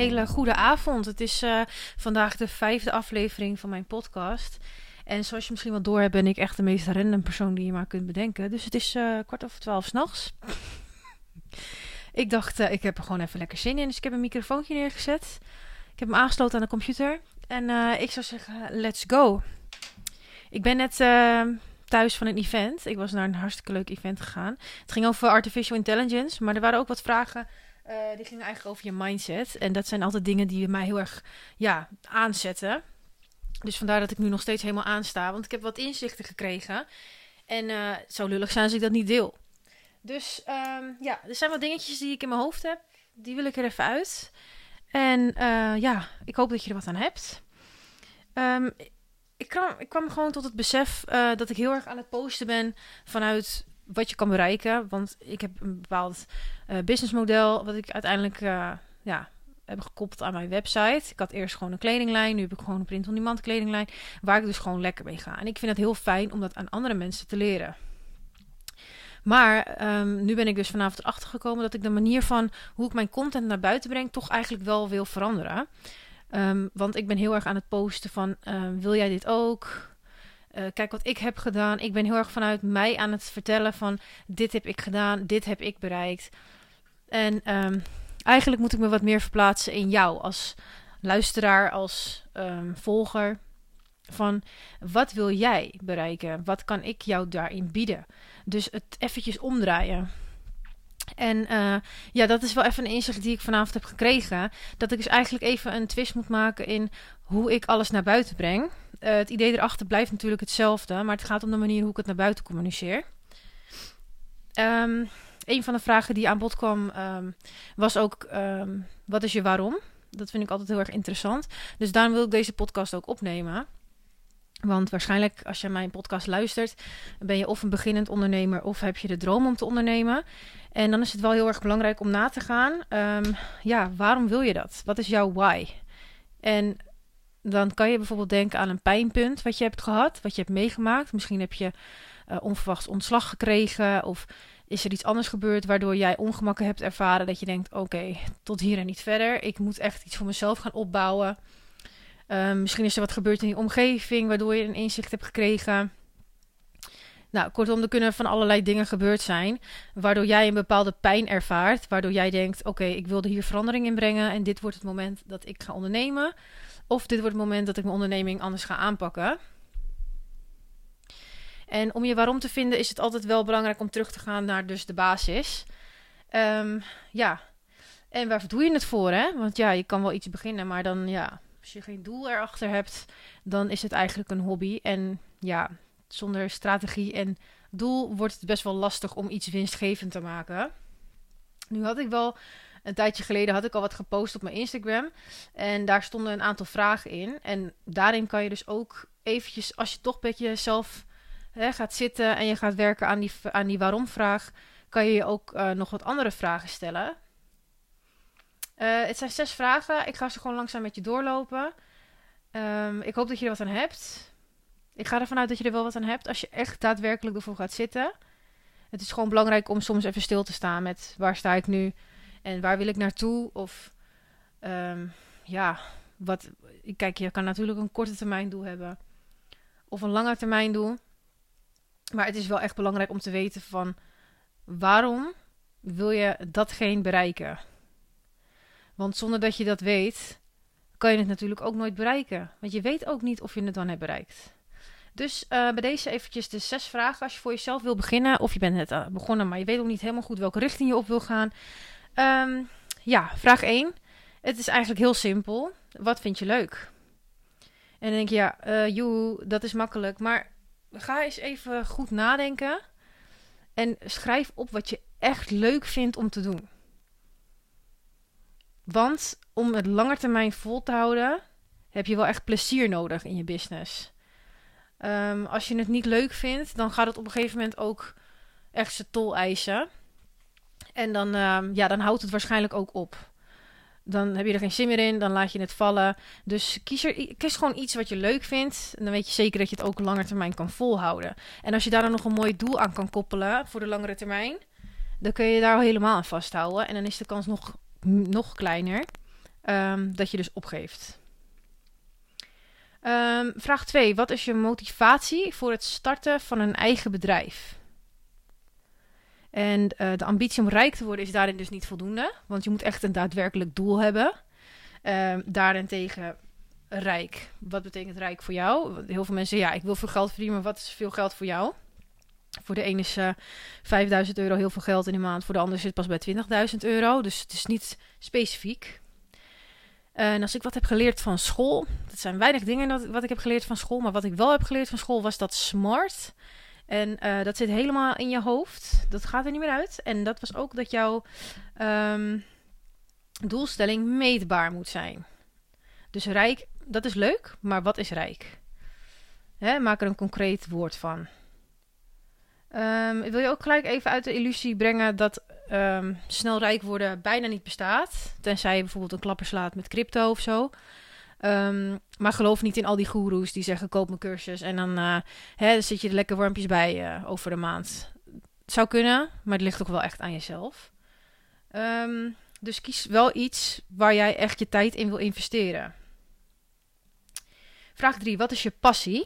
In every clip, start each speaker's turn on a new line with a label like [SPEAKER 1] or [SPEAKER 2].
[SPEAKER 1] hele goede avond. Het is vandaag de 5e aflevering van mijn podcast. En zoals je misschien wel door hebt, ben ik echt de meest random persoon die je maar kunt bedenken. Dus het is 11:15 s'nachts. Ik dacht, ik heb er gewoon even lekker zin in. Dus ik heb een microfoontje neergezet. Ik heb hem aangesloten aan de computer. En ik zou zeggen, let's go. Ik ben net thuis van een event. Ik was naar een hartstikke leuk event gegaan. Het ging over artificial intelligence. Maar er waren ook wat vragen die gingen eigenlijk over je mindset. En dat zijn altijd dingen die mij heel erg aanzetten. Dus vandaar dat ik nu nog steeds helemaal aansta. Want ik heb wat inzichten gekregen. En het zou lullig zijn als ik dat niet deel. Dus er zijn wat dingetjes die ik in mijn hoofd heb. Die wil ik er even uit. En ik hoop dat je er wat aan hebt. Ik kwam gewoon tot het besef dat ik heel erg aan het posten ben vanuit wat je kan bereiken. Want ik heb een bepaald businessmodel wat ik uiteindelijk heb gekoppeld aan mijn website. Ik had eerst gewoon een kledinglijn. Nu heb ik gewoon een print-on-demand kledinglijn. Waar ik dus gewoon lekker mee ga. En ik vind het heel fijn om dat aan andere mensen te leren. Maar nu ben ik dus vanavond erachter gekomen dat ik de manier van hoe ik mijn content naar buiten breng toch eigenlijk wel wil veranderen. Want ik ben heel erg aan het posten van wil jij dit ook? Kijk wat ik heb gedaan. Ik ben heel erg vanuit mij aan het vertellen van dit heb ik gedaan, dit heb ik bereikt. En eigenlijk moet ik me wat meer verplaatsen in jou als luisteraar, als volger. Van wat wil jij bereiken? Wat kan ik jou daarin bieden? Dus het eventjes omdraaien. En dat is wel even een inzicht die ik vanavond heb gekregen. Dat ik dus eigenlijk even een twist moet maken in hoe ik alles naar buiten breng. Het idee erachter blijft natuurlijk hetzelfde. Maar het gaat om de manier hoe ik het naar buiten communiceer. Een van de vragen die aan bod kwam was ook wat is je waarom? Dat vind ik altijd heel erg interessant. Dus daarom wil ik deze podcast ook opnemen. Want waarschijnlijk als je mijn podcast luistert, ben je of een beginnend ondernemer of heb je de droom om te ondernemen. En dan is het wel heel erg belangrijk om na te gaan. Waarom wil je dat? Wat is jouw why? En dan kan je bijvoorbeeld denken aan een pijnpunt wat je hebt gehad, wat je hebt meegemaakt. Misschien heb je onverwachts ontslag gekregen of is er iets anders gebeurd waardoor jij ongemakken hebt ervaren. Dat je denkt, oké, tot hier en niet verder. Ik moet echt iets voor mezelf gaan opbouwen. Misschien is er wat gebeurd in je omgeving, waardoor je een inzicht hebt gekregen. Nou, kortom, er kunnen van allerlei dingen gebeurd zijn, waardoor jij een bepaalde pijn ervaart, waardoor jij denkt, oké, ik wilde hier verandering in brengen en dit wordt het moment dat ik ga ondernemen. Of dit wordt het moment dat ik mijn onderneming anders ga aanpakken. En om je waarom te vinden is het altijd wel belangrijk om terug te gaan naar dus de basis. En waar doe je het voor, hè? Want je kan wel iets beginnen, maar dan als je geen doel erachter hebt, dan is het eigenlijk een hobby. En zonder strategie en doel wordt het best wel lastig om iets winstgevend te maken. Nu had ik wel, een tijdje geleden had ik al wat gepost op mijn Instagram. En daar stonden een aantal vragen in. En daarin kan je dus ook eventjes, als je toch met jezelf gaat zitten en je gaat werken aan die waarom-vraag, kan je ook nog wat andere vragen stellen. Het zijn 6 vragen. Ik ga ze gewoon langzaam met je doorlopen. Ik hoop dat je er wat aan hebt. Ik ga ervan uit dat je er wel wat aan hebt als je echt daadwerkelijk ervoor gaat zitten. Het is gewoon belangrijk om soms even stil te staan met waar sta ik nu en waar wil ik naartoe. Of kijk, je kan natuurlijk een korte termijn doel hebben of een lange termijn doel. Maar het is wel echt belangrijk om te weten van waarom wil je datgene bereiken. Want zonder dat je dat weet, kan je het natuurlijk ook nooit bereiken. Want je weet ook niet of je het dan hebt bereikt. Dus bij deze eventjes de 6 vragen als je voor jezelf wil beginnen. Of je bent net begonnen, maar je weet ook niet helemaal goed welke richting je op wil gaan. Vraag 1. Het is eigenlijk heel simpel. Wat vind je leuk? En dan denk je, dat is makkelijk. Maar ga eens even goed nadenken. En schrijf op wat je echt leuk vindt om te doen. Want om het langetermijn vol te houden, heb je wel echt plezier nodig in je business. Als je het niet leuk vindt, dan gaat het op een gegeven moment ook echt zijn tol eisen. En dan houdt het waarschijnlijk ook op. Dan heb je er geen zin meer in, dan laat je het vallen. Dus kies gewoon iets wat je leuk vindt. En dan weet je zeker dat je het ook langer termijn kan volhouden. En als je daar dan nog een mooi doel aan kan koppelen voor de langere termijn, dan kun je daar helemaal aan vasthouden. En dan is de kans nog kleiner dat je dus opgeeft. Vraag 2. Wat is je motivatie voor het starten van een eigen bedrijf? En de ambitie om rijk te worden is daarin dus niet voldoende. Want je moet echt een daadwerkelijk doel hebben. Daarentegen rijk. Wat betekent rijk voor jou? Heel veel mensen zeggen, ik wil veel geld verdienen, maar wat is veel geld voor jou? Voor de ene is €5.000 heel veel geld in de maand. Voor de ander zit het pas bij €20.000. Dus het is niet specifiek. En als ik wat heb geleerd van school, dat zijn weinig dingen wat ik heb geleerd van school, maar wat ik wel heb geleerd van school was dat SMART. En dat zit helemaal in je hoofd. Dat gaat er niet meer uit. En dat was ook dat jouw doelstelling meetbaar moet zijn. Dus rijk, dat is leuk, maar wat is rijk? Maak er een concreet woord van. Wil je ook gelijk even uit de illusie brengen dat snel rijk worden bijna niet bestaat. Tenzij je bijvoorbeeld een klapper slaat met crypto of zo. Maar geloof niet in al die goeroes die zeggen koop mijn cursus. En dan zit je er lekker warmpjes bij over de maand. Het zou kunnen, maar het ligt toch wel echt aan jezelf. Dus kies wel iets waar jij echt je tijd in wil investeren. Vraag 3. Wat is je passie?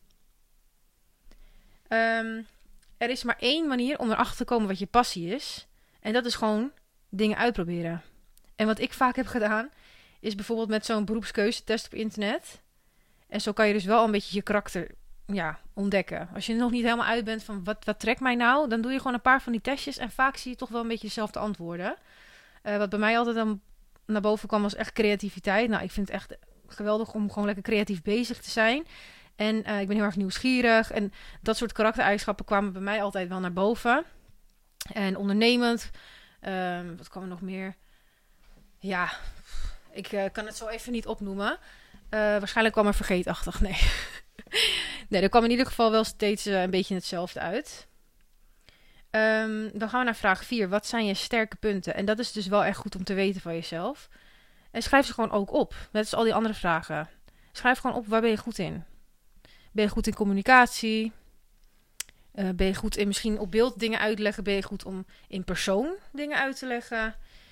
[SPEAKER 1] Er is maar één manier om erachter te komen wat je passie is. En dat is gewoon dingen uitproberen. En wat ik vaak heb gedaan, is bijvoorbeeld met zo'n beroepskeuzetest op internet. En zo kan je dus wel een beetje je karakter ontdekken. Als je er nog niet helemaal uit bent van wat trekt mij nou, dan doe je gewoon een paar van die testjes. En vaak zie je toch wel een beetje dezelfde antwoorden. Wat bij mij altijd dan naar boven kwam was echt creativiteit. Nou, ik vind het echt geweldig om gewoon lekker creatief bezig te zijn. En ik ben heel erg nieuwsgierig. En dat soort karaktereigenschappen kwamen bij mij altijd wel naar boven. En ondernemend. Wat kwam er nog meer? Ja, ik kan het zo even niet opnoemen. Waarschijnlijk kwam er vergeetachtig. Nee. Nee, er kwam in ieder geval wel steeds een beetje hetzelfde uit. Dan gaan we naar vraag 4. Wat zijn je sterke punten? En dat is dus wel echt goed om te weten van jezelf. En schrijf ze gewoon ook op. Net als al die andere vragen. Schrijf gewoon op, waar ben je goed in? Ben je goed in communicatie? Ben je goed in misschien op beeld dingen uitleggen? Ben je goed om in persoon dingen uit te leggen?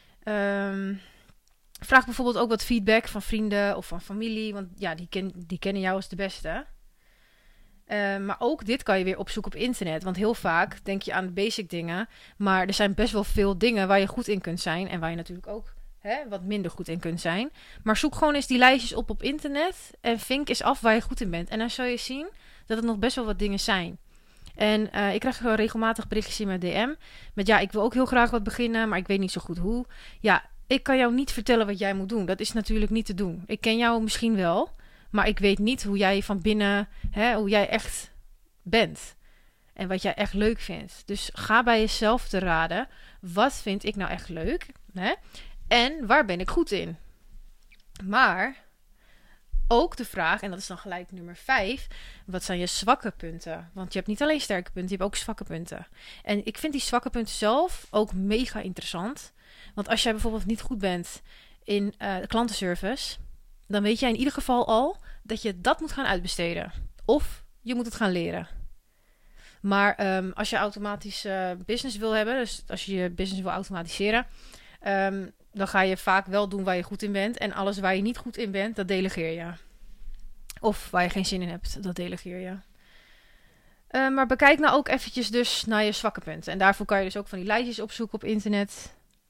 [SPEAKER 1] Vraag bijvoorbeeld ook wat feedback van vrienden of van familie. Want ja, die kennen jou als de beste. Maar ook dit kan je weer opzoeken op internet. Want heel vaak denk je aan de basic dingen. Maar er zijn best wel veel dingen waar je goed in kunt zijn. En waar je natuurlijk ook wat minder goed in kunt zijn. Maar zoek gewoon eens die lijstjes op internet. En vink eens af waar je goed in bent. En dan zul je zien dat het nog best wel wat dingen zijn. En ik krijg regelmatig berichtjes in mijn DM. Met ik wil ook heel graag wat beginnen. Maar ik weet niet zo goed hoe. Ja, ik kan jou niet vertellen wat jij moet doen. Dat is natuurlijk niet te doen. Ik ken jou misschien wel. Maar ik weet niet hoe jij van binnen, hoe jij echt bent. En wat jij echt leuk vindt. Dus ga bij jezelf te raden. Wat vind ik nou echt leuk? En waar ben ik goed in? Maar ook de vraag, en dat is dan gelijk nummer 5. Wat zijn je zwakke punten? Want je hebt niet alleen sterke punten, je hebt ook zwakke punten. En ik vind die zwakke punten zelf ook mega interessant. Want als jij bijvoorbeeld niet goed bent in klantenservice, dan weet jij in ieder geval al dat je dat moet gaan uitbesteden. Of je moet het gaan leren. Maar als je automatisch business wil hebben, dus als je je business wil automatiseren, dan ga je vaak wel doen waar je goed in bent. En alles waar je niet goed in bent, dat delegeer je. Of waar je geen zin in hebt, dat delegeer je. Maar bekijk nou ook eventjes dus naar je zwakke punten. En daarvoor kan je dus ook van die lijstjes opzoeken op internet.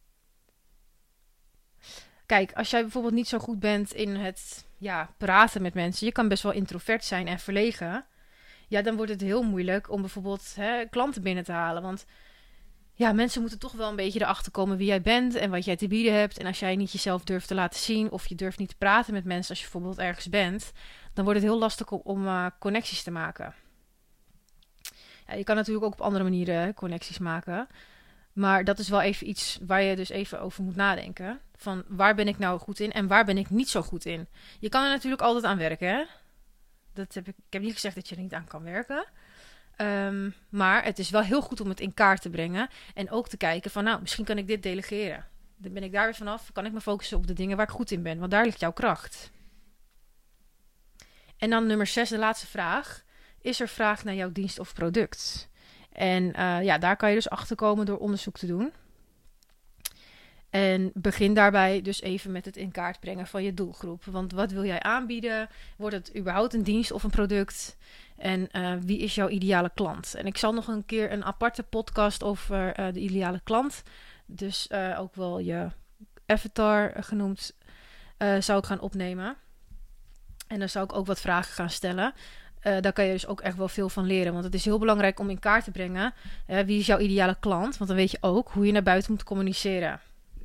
[SPEAKER 1] Kijk, als jij bijvoorbeeld niet zo goed bent in het praten met mensen. Je kan best wel introvert zijn en verlegen. Ja, dan wordt het heel moeilijk om bijvoorbeeld klanten binnen te halen. Want ja, mensen moeten toch wel een beetje erachter komen wie jij bent en wat jij te bieden hebt. En als jij niet jezelf durft te laten zien of je durft niet te praten met mensen als je bijvoorbeeld ergens bent, dan wordt het heel lastig om connecties te maken. Ja, je kan natuurlijk ook op andere manieren connecties maken. Maar dat is wel even iets waar je dus even over moet nadenken. Van waar ben ik nou goed in en waar ben ik niet zo goed in? Je kan er natuurlijk altijd aan werken, hè? Ik heb niet gezegd dat je er niet aan kan werken. Maar het is wel heel goed om het in kaart te brengen. En ook te kijken van, misschien kan ik dit delegeren. Dan ben ik daar weer vanaf. Kan ik me focussen op de dingen waar ik goed in ben. Want daar ligt jouw kracht. En dan nummer 6, de laatste vraag. Is er vraag naar jouw dienst of product? En daar kan je dus achter komen door onderzoek te doen. En begin daarbij dus even met het in kaart brengen van je doelgroep. Want wat wil jij aanbieden? Wordt het überhaupt een dienst of een product? En wie is jouw ideale klant? En ik zal nog een keer een aparte podcast over de ideale klant. Dus ook wel je avatar genoemd zou ik gaan opnemen. En dan zou ik ook wat vragen gaan stellen. Daar kan je dus ook echt wel veel van leren. Want het is heel belangrijk om in kaart te brengen. Wie is jouw ideale klant? Want dan weet je ook hoe je naar buiten moet communiceren.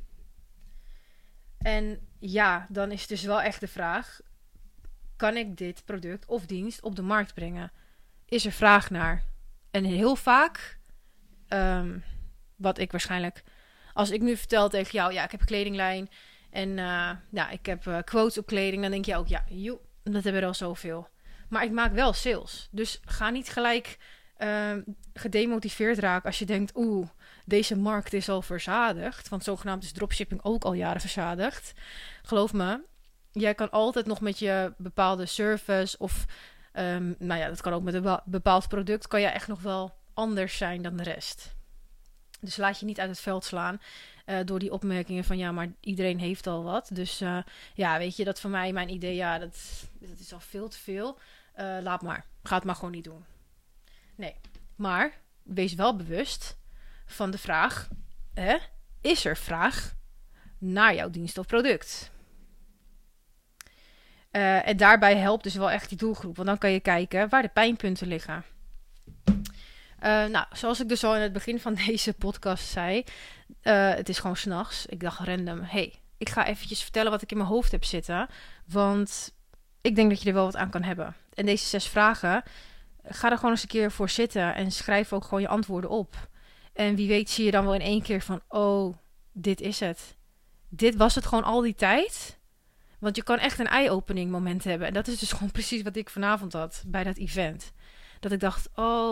[SPEAKER 1] En ja, dan is het dus wel echt de vraag: kan ik dit product of dienst op de markt brengen? Is er vraag naar? En heel vaak, wat ik waarschijnlijk, als ik nu vertel tegen jou, ja, ik heb een kledinglijn en ik heb quotes op kleding, dan denk je ook, ja, joh, dat hebben we al zoveel. Maar ik maak wel sales. Dus ga niet gelijk gedemotiveerd raken als je denkt, deze markt is al verzadigd. Want zogenaamd is dropshipping ook al jaren verzadigd. Geloof me, jij kan altijd nog met je bepaalde service of dat kan ook met een bepaald product, kan je echt nog wel anders zijn dan de rest. Dus laat je niet uit het veld slaan door die opmerkingen van ja, maar iedereen heeft al wat. Dus weet je, dat voor mij mijn idee, ja, dat is al veel te veel. Laat maar. Ga het maar gewoon niet doen. Nee, maar wees wel bewust van de vraag, is er vraag naar jouw dienst of product? En daarbij helpt dus wel echt die doelgroep. Want dan kan je kijken waar de pijnpunten liggen. Zoals ik dus al in het begin van deze podcast zei. Het is gewoon 's nachts. Ik dacht random, ik ga eventjes vertellen wat ik in mijn hoofd heb zitten. Want ik denk dat je er wel wat aan kan hebben. En deze 6 vragen, ga er gewoon eens een keer voor zitten. En schrijf ook gewoon je antwoorden op. En wie weet zie je dan wel in één keer van, dit is het. Dit was het gewoon al die tijd. Want je kan echt een eye-opening moment hebben. En dat is dus gewoon precies wat ik vanavond had bij dat event. Dat ik dacht,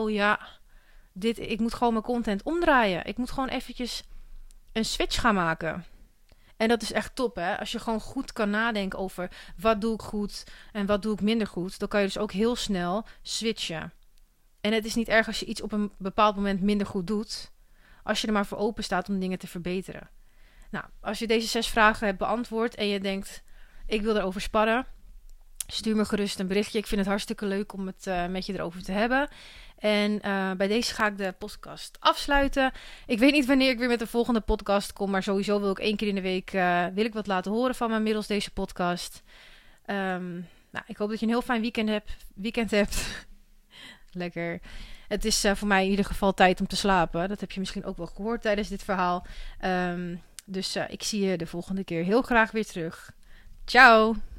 [SPEAKER 1] ik moet gewoon mijn content omdraaien. Ik moet gewoon eventjes een switch gaan maken. En dat is echt top, hè. Als je gewoon goed kan nadenken over wat doe ik goed en wat doe ik minder goed, dan kan je dus ook heel snel switchen. En het is niet erg als je iets op een bepaald moment minder goed doet, als je er maar voor open staat om dingen te verbeteren. Nou, als je deze 6 vragen hebt beantwoord en je denkt, ik wil erover sparren, stuur me gerust een berichtje. Ik vind het hartstikke leuk om het met je erover te hebben. En bij deze ga ik de podcast afsluiten. Ik weet niet wanneer ik weer met de volgende podcast kom, maar sowieso wil ik 1 keer in de week wil ik wat laten horen van me middels deze podcast. Ik hoop dat je een heel fijn weekend hebt. Lekker. Het is voor mij in ieder geval tijd om te slapen. Dat heb je misschien ook wel gehoord tijdens dit verhaal. Dus ik zie je de volgende keer heel graag weer terug. Ciao!